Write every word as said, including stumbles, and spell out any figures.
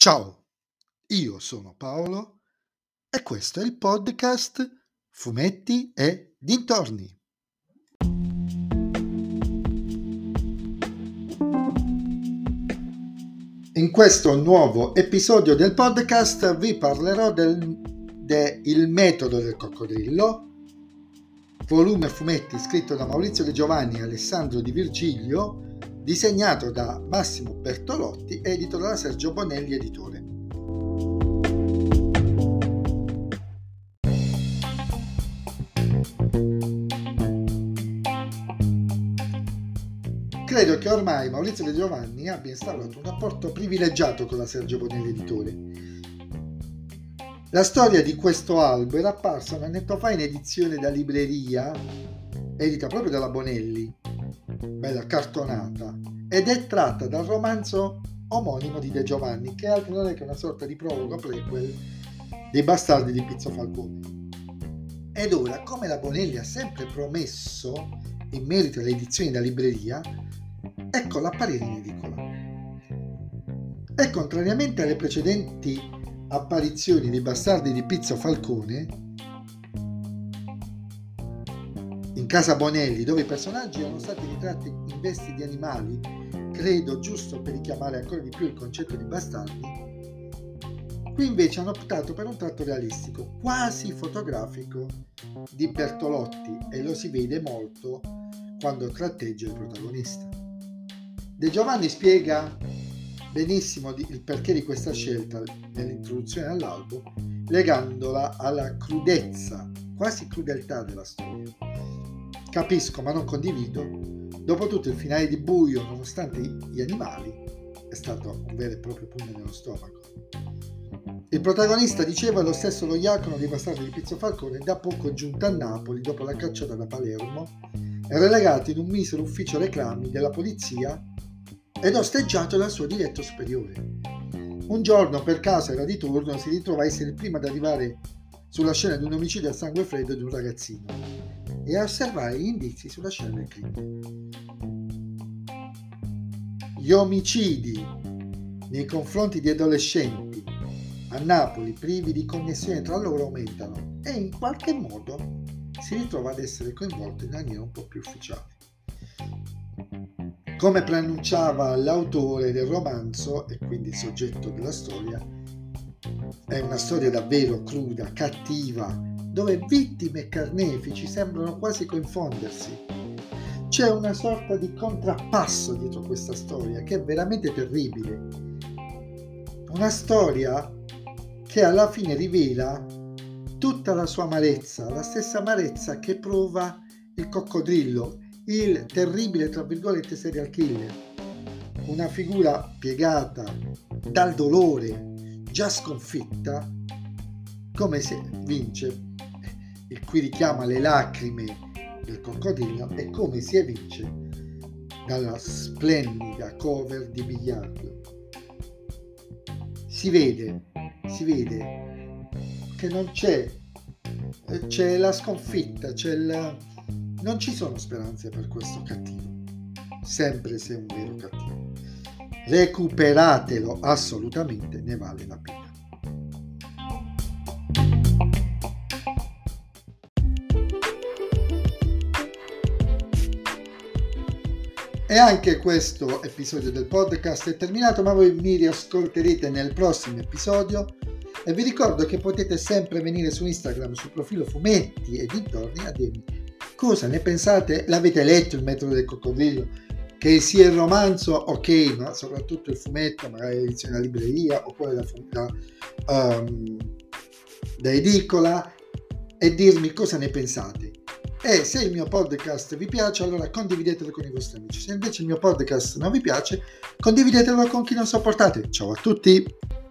Ciao, io sono Paolo e questo è il podcast Fumetti e Dintorni. In questo nuovo episodio del podcast vi parlerò del, de Il metodo del coccodrillo, volume fumetti scritto da Maurizio De Giovanni e Alessandro Di Virgilio, disegnato da Massimo Bertolotti, edito da Sergio Bonelli, editore. Credo che ormai Maurizio De Giovanni abbia instaurato un rapporto privilegiato con la Sergio Bonelli, editore. La storia di questo albo era apparsa un annetto fa in edizione da libreria, edita proprio dalla Bonelli, bella cartonata, ed è tratta dal romanzo omonimo di De Giovanni, che altro non è che una sorta di prologo prequel dei Bastardi di Pizzo Falcone. Ed ora, come la Bonelli ha sempre promesso in merito alle edizioni da libreria, ecco l'apparire in edicola. E contrariamente alle precedenti apparizioni dei Bastardi di Pizzo Falcone, in casa Bonelli, dove i personaggi erano stati ritratti in vesti di animali, credo giusto per richiamare ancora di più il concetto di bastardi, qui invece hanno optato per un tratto realistico, quasi fotografico, di Bertolotti, e lo si vede molto quando tratteggia il protagonista. De Giovanni spiega benissimo il perché di questa scelta nell'introduzione all'albo, legandola alla crudezza, quasi crudeltà della storia. Capisco ma non condivido. Dopotutto il finale di Buio, nonostante gli animali, è stato un vero e proprio pugno nello stomaco. Il protagonista, diceva, è lo stesso lo Iacono dei Bastardi di Pizzo Falcone, da poco giunto a Napoli dopo la cacciata da Palermo, è relegato in un misero ufficio reclami della polizia ed osteggiato dal suo diretto superiore. Un giorno, per caso era di turno, si ritrova a essere il primo ad arrivare sulla scena di un omicidio a sangue freddo di un ragazzino e a osservare gli indizi sulla scena del crimine. Gli omicidi nei confronti di adolescenti a Napoli privi di connessione tra loro aumentano e in qualche modo si ritrova ad essere coinvolto in maniera un po' più ufficiale. Come preannunciava l'autore del romanzo e quindi il soggetto della storia, è una storia davvero cruda, cattiva, dove vittime e carnefici sembrano quasi confondersi. C'è una sorta di contrappasso dietro questa storia che è veramente terribile. Una storia che alla fine rivela tutta la sua amarezza, la stessa amarezza che prova il coccodrillo, il terribile, tra virgolette, serial killer. Una figura piegata dal dolore, già sconfitta, come se vince, il cui richiama le lacrime del coccodrillo, e come si evince dalla splendida cover di biliardo. Si vede, si vede che non c'è, c'è la sconfitta, c'è il, non ci sono speranze per questo cattivo, sempre se è un vero cattivo. Recuperatelo, assolutamente, ne vale la pena. E anche questo episodio del podcast è terminato, ma voi mi riascolterete nel prossimo episodio e vi ricordo che potete sempre venire su Instagram, sul profilo Fumetti e Dintorni, a dirmi cosa ne pensate. L'avete letto il metodo del coccodrillo? Che sia il romanzo, ok, ma soprattutto il fumetto, magari l'edizione da libreria oppure da, da, um, da edicola, e dirmi cosa ne pensate. E se il mio podcast vi piace, allora condividetelo con i vostri amici. Se invece il mio podcast non vi piace, condividetelo con chi non sopportate. Ciao a tutti!